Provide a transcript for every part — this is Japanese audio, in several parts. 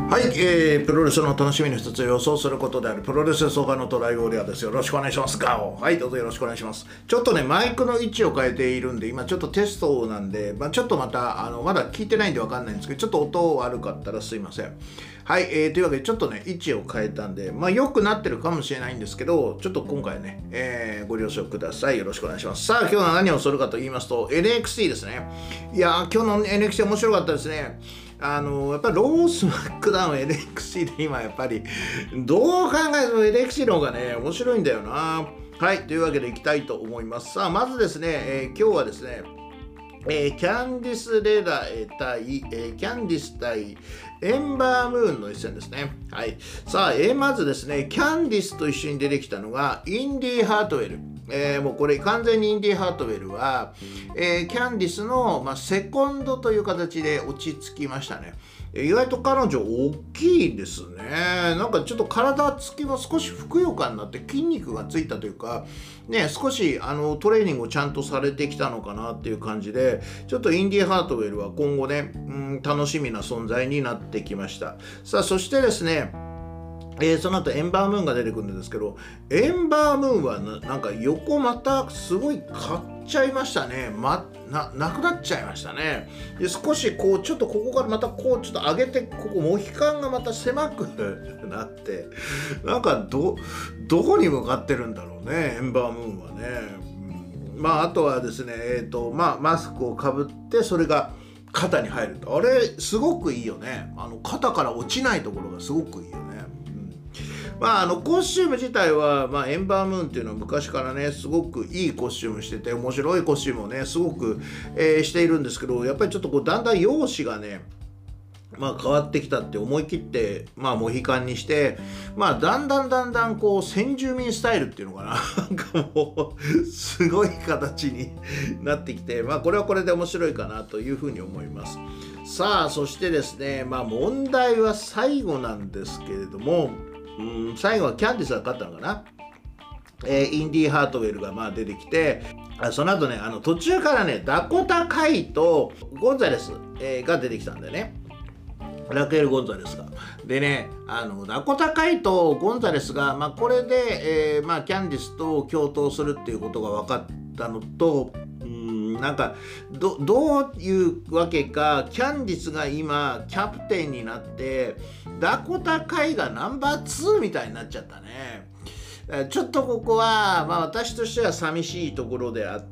はい、プロレスの楽しみの一つ予想することであるプロレス相場のトライオーリアです。よろしくお願いします。ガオ。はい、どうぞよろしくお願いします。ちょっとね、マイクの位置を変えているんで、今ちょっとテストなんで、ちょっとまた、まだ聞いてないんでわかんないんですけど、ちょっと音悪かったらすいません。はい、というわけでちょっとね、位置を変えたんで、良くなってるかもしれないんですけど、ちょっと今回ね、ご了承ください。よろしくお願いします。さあ、今日は何をするかと言いますと、NXT ですね。いやー、今日の NXT 面白かったですね。やっぱりロースマックダウン NXT で今やっぱりどう考えても NXT の方がね面白いんだよな。はい、というわけでいきたいと思います。さあまずですね、今日はですね、キャンディス・レラ対、キャンディス対エンバームーンの一戦ですね。はい。さあ、まずですね、キャンディスと一緒に出てきたのがインディ・ハートウェル。もうこれ完全にインディ・ハートウェルは、キャンディスの、セコンドという形で落ち着きましたね。意外と彼女大きいですね。なんかちょっと体つきも少しふくよかになって筋肉がついたというか、ね、少しトレーニングをちゃんとされてきたのかなっていう感じで、ちょっとインディ・ハートウェルは今後ね、楽しみな存在になってきました。さあ、そしてですね、その後エンバームーンが出てくるんですけど、エンバームーンはなんか横またすごい買っちゃいましたね。なくなっちゃいましたね。で少しこうちょっとここからまたこうちょっと上げて、ここモヒカンがまた狭くなって、なんかどこに向かってるんだろうね、エンバームーンはね。あとはですね、マスクをかぶってそれが肩に入ると、あれすごくいいよね。肩から落ちないところがすごくいいよね。コスチューム自体は、エンバームーンっていうのは昔からねすごくいいコスチュームしてて、面白いコスチュームをねすごく、しているんですけど、やっぱりちょっとこうだんだん容姿がね変わってきたって思い切ってモヒカンにして、だんだんこう先住民スタイルっていうのかななんかもうすごい形になってきて、これはこれで面白いかなというふうに思います。さあそしてですね、問題は最後なんですけれども、最後はキャンディスが勝ったのかな。インディ・ハートウェルが出てきて、その後ね途中からねダコタ・カイとゴンザレス、が出てきたんだよね。ラクエル・ゴンザレスが。でね、ダコタ・カイとゴンザレスが、これで、キャンディスと共闘するっていうことが分かったのと、なんかどういうわけか、キャンディスが今キャプテンになってダコタ・カイがナンバー2みたいになっちゃったね。ちょっとここは、私としては寂しいところであって、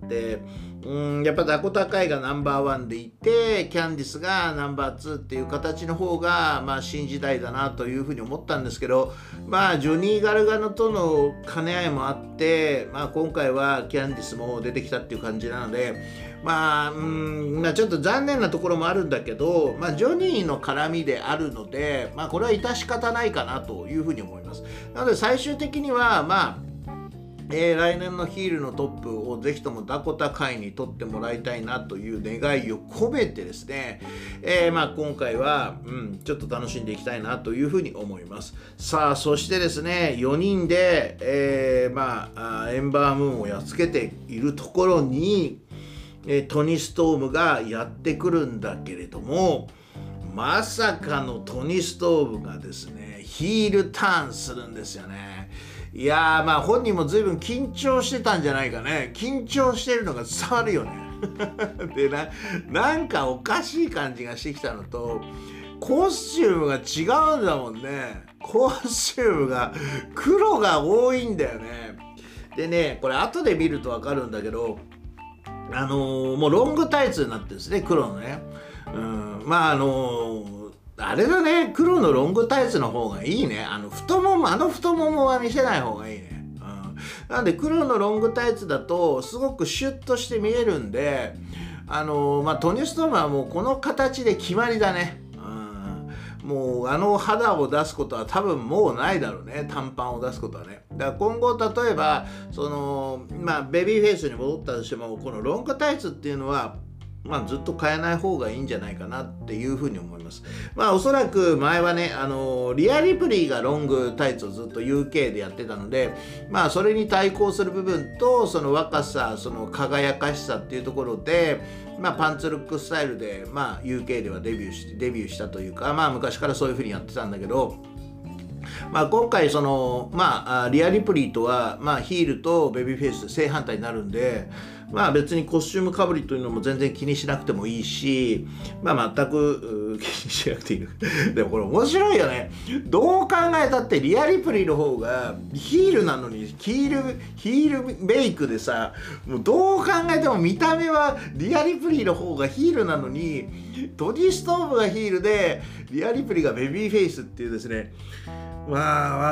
やっぱダコタ・カイがナンバーワンでいてキャンディスがナンバー2っていう形の方が新時代だなというふうに思ったんですけど、ジョニー・ガルガノとの兼ね合いもあって、今回はキャンディスも出てきたっていう感じなので、ちょっと残念なところもあるんだけど、ジョニーの絡みであるので、これは致し方ないかなというふうに思います。なので最終的には来年のヒールのトップをぜひともダコタ・カイに取ってもらいたいなという願いを込めてですね、今回は、ちょっと楽しんでいきたいなというふうに思います。さあそしてですね、4人で、エンバームーンをやっつけているところにトニー・ストームがやってくるんだけれども、まさかのトニー・ストームがですねヒールターンするんですよね。いやー本人も随分緊張してたんじゃないかね。緊張してるのが伝わるよねでなんかおかしい感じがしてきたのと、コスチュームが違うんだもんね。コスチュームが黒が多いんだよね。でね、これ後で見ると分かるんだけど、もうロングタイツになってるんですね、黒のね。あれだね、黒のロングタイツの方がいいね。太ももは見せない方がいいね。なんで黒のロングタイツだとすごくシュッとして見えるんで、トニー・ストームはもうこの形で決まりだね。もう肌を出すことは多分もうないだろうね、短パンを出すことはね。だから今後例えばベビーフェイスに戻ったとしても、このロングタイツっていうのはずっと変えない方がいいんじゃないかなっていうふうに思います。おそらく前はね、リア・リプリーがロングタイツをずっと UK でやってたので、それに対抗する部分と、その若さ、その輝かしさっていうところで、パンツルックスタイルで、UK ではデビューしたというか、昔からそういうふうにやってたんだけど、今回そのリア・リプリーとはヒールとベビーフェイスで正反対になるんで、別にコスチュームかぶりというのも全然気にしなくてもいいし、全く気にしなくていいでもこれ面白いよね。どう考えたってリア・リプリーの方がヒールなのにヒールメイクでさ、もうどう考えても見た目はリア・リプリーの方がヒールなのに、トニー・ストームがヒールでリア・リプリーがベビーフェイスっていうですね、これ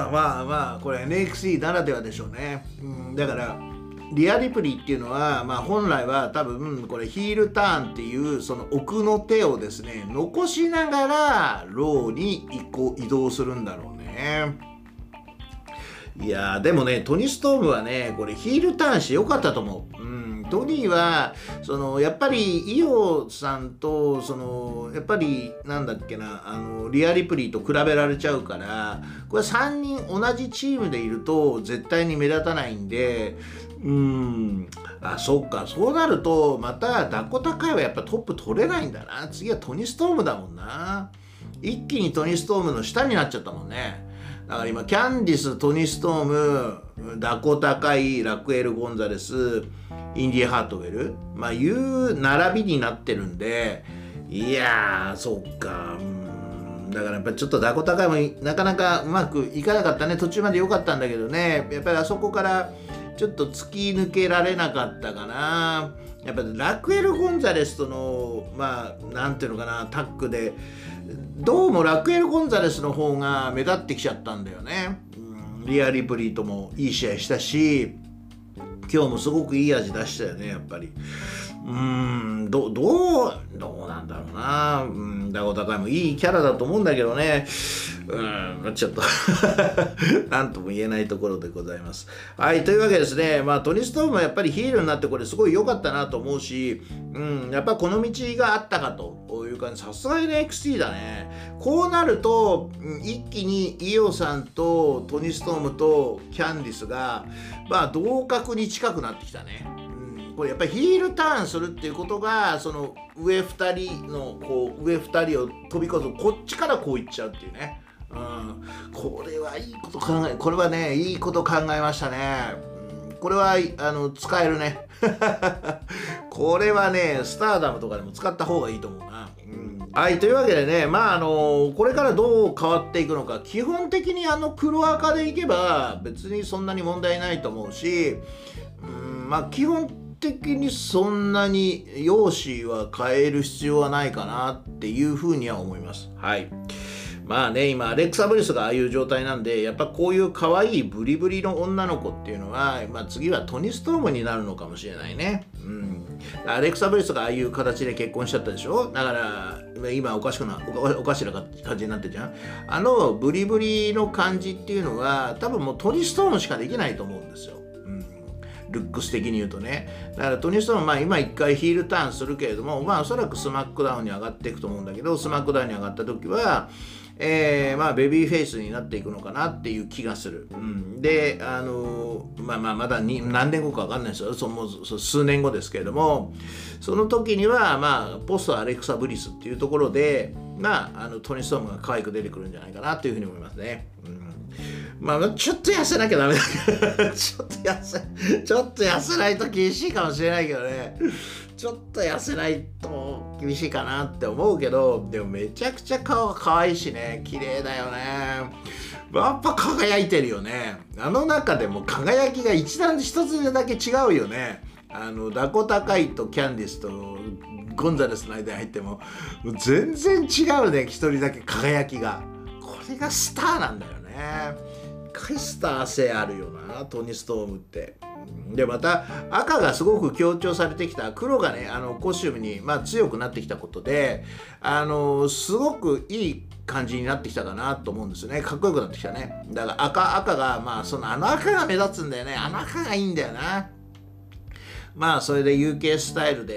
NXT ならではでしょうね。だからリア・リプリーっていうのは、本来は多分これヒールターンっていうその奥の手をですね残しながらローに移動するんだろうね。いやでもね、トニー・ストームはねこれヒールターンしてよかったと思う。トニーはそのやっぱりイオさんとそのやっぱりなんだっけな、リア・リプリーと比べられちゃうから、これ3人同じチームでいると絶対に目立たないんで、そっか、そうなるとまたダコタカイはやっぱトップ取れないんだな。次はトニー・ストームだもんな。一気にトニー・ストームの下になっちゃったもんね。だから今キャンディス、トニー・ストーム、ダコタカイ、ラクエル・ゴンザレス、インディ・ハートウェル、いう並びになってるんで、いやーそっか、だからやっぱりちょっとダコタカイもなかなかうまくいかなかったね。途中まで良かったんだけどね、やっぱりあそこからちょっと突き抜けられなかったかな。やっぱりラクエル・ゴンザレスとのなんていうのかな、タッグでどうもラクエル・ゴンザレスの方が目立ってきちゃったんだよね。リア・リプリーともいい試合したし、今日もすごくいい味出したよね、やっぱり。どうなんだろうな。ダコタカイもいいキャラだと思うんだけどね。ちょっとなんとも言えないところでございます。はい、というわけですね、トニー・ストームはやっぱりヒールになってこれすごい良かったなと思うし、やっぱこの道があったかというか、さすがに NXT だね。こうなると、一気にイオさんとトニー・ストームとキャンディスが同格に近くなってきたね。これやっぱりヒールターンするっていうことが、その上2人の上2人を飛び越えてこっちからこういっちゃうっていうね。これはいいことこれはねいいこと考えましたね。これは使えるねこれはねスターダムとかでも使った方がいいと思うな。はい、というわけでね、これからどう変わっていくのか、基本的に黒赤でいけば別にそんなに問題ないと思うし、基本的にそんなに容姿は変える必要はないかなっていうふうには思います。はい。今アレクサ・ブリスがああいう状態なんで、やっぱこういう可愛いブリブリの女の子っていうのは、次はトニー・ストームになるのかもしれないね。アレクサ・ブリスがああいう形で結婚しちゃったでしょ。だから今おかしな感じになってるじゃん。ブリブリの感じっていうのは多分もうトニー・ストームしかできないと思うんですよ。ルックス的に言うとね。だからトニー・ストーム今一回ヒールターンするけれども、おそらくスマックダウンに上がっていくと思うんだけど、スマックダウンに上がった時はベビーフェイスになっていくのかなっていう気がする。でまだ何年後か分かんないですよ。数年後ですけれども、その時にはポストアレクサ・ブリスっていうところでトニー・ストームが可愛く出てくるんじゃないかなというふうに思いますね。ちょっと痩せなきゃダメだけどちょっと痩せないと厳しいかもしれないけどね。ちょっと痩せないと厳しいかなって思うけど、でもめちゃくちゃ顔が可愛いしね、綺麗だよね。やっぱ輝いてるよね。中でも輝きが一つだけ違うよね。ダコタカイとキャンディスとゴンザレスの間に入っても全然違うね。一人だけ輝きが。これがスターなんだよね。スター性あるよな、トニー・ストームって。でまた赤がすごく強調されてきた、黒がねコスチュームに強くなってきたことですごくいい感じになってきたかなと思うんですよね。かっこよくなってきたね。だから赤が赤が目立つんだよね。赤がいいんだよな。それで UK スタイルで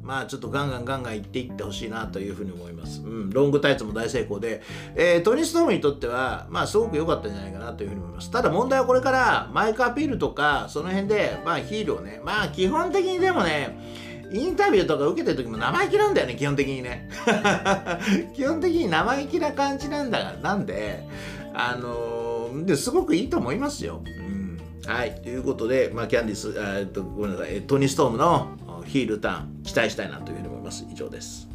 まあちょっとガンガンいっていってほしいなというふうに思います。ロングタイツも大成功で、トニー・ストームにとってはまあすごく良かったんじゃないかなというふうに思います。ただ問題はこれからマイクアピールとかその辺でまあヒールをね、まあ基本的にでもね、インタビューとか受けてる時も生意気なんだよね、基本的にね。基本的に生意気な感じなんだから、なんで、ですごくいいと思いますよ。はい、ということで、まあ、キャンディス、ごめんなさい、トニー・ストームのヒールターン、期待したいなというふうに思います。以上です。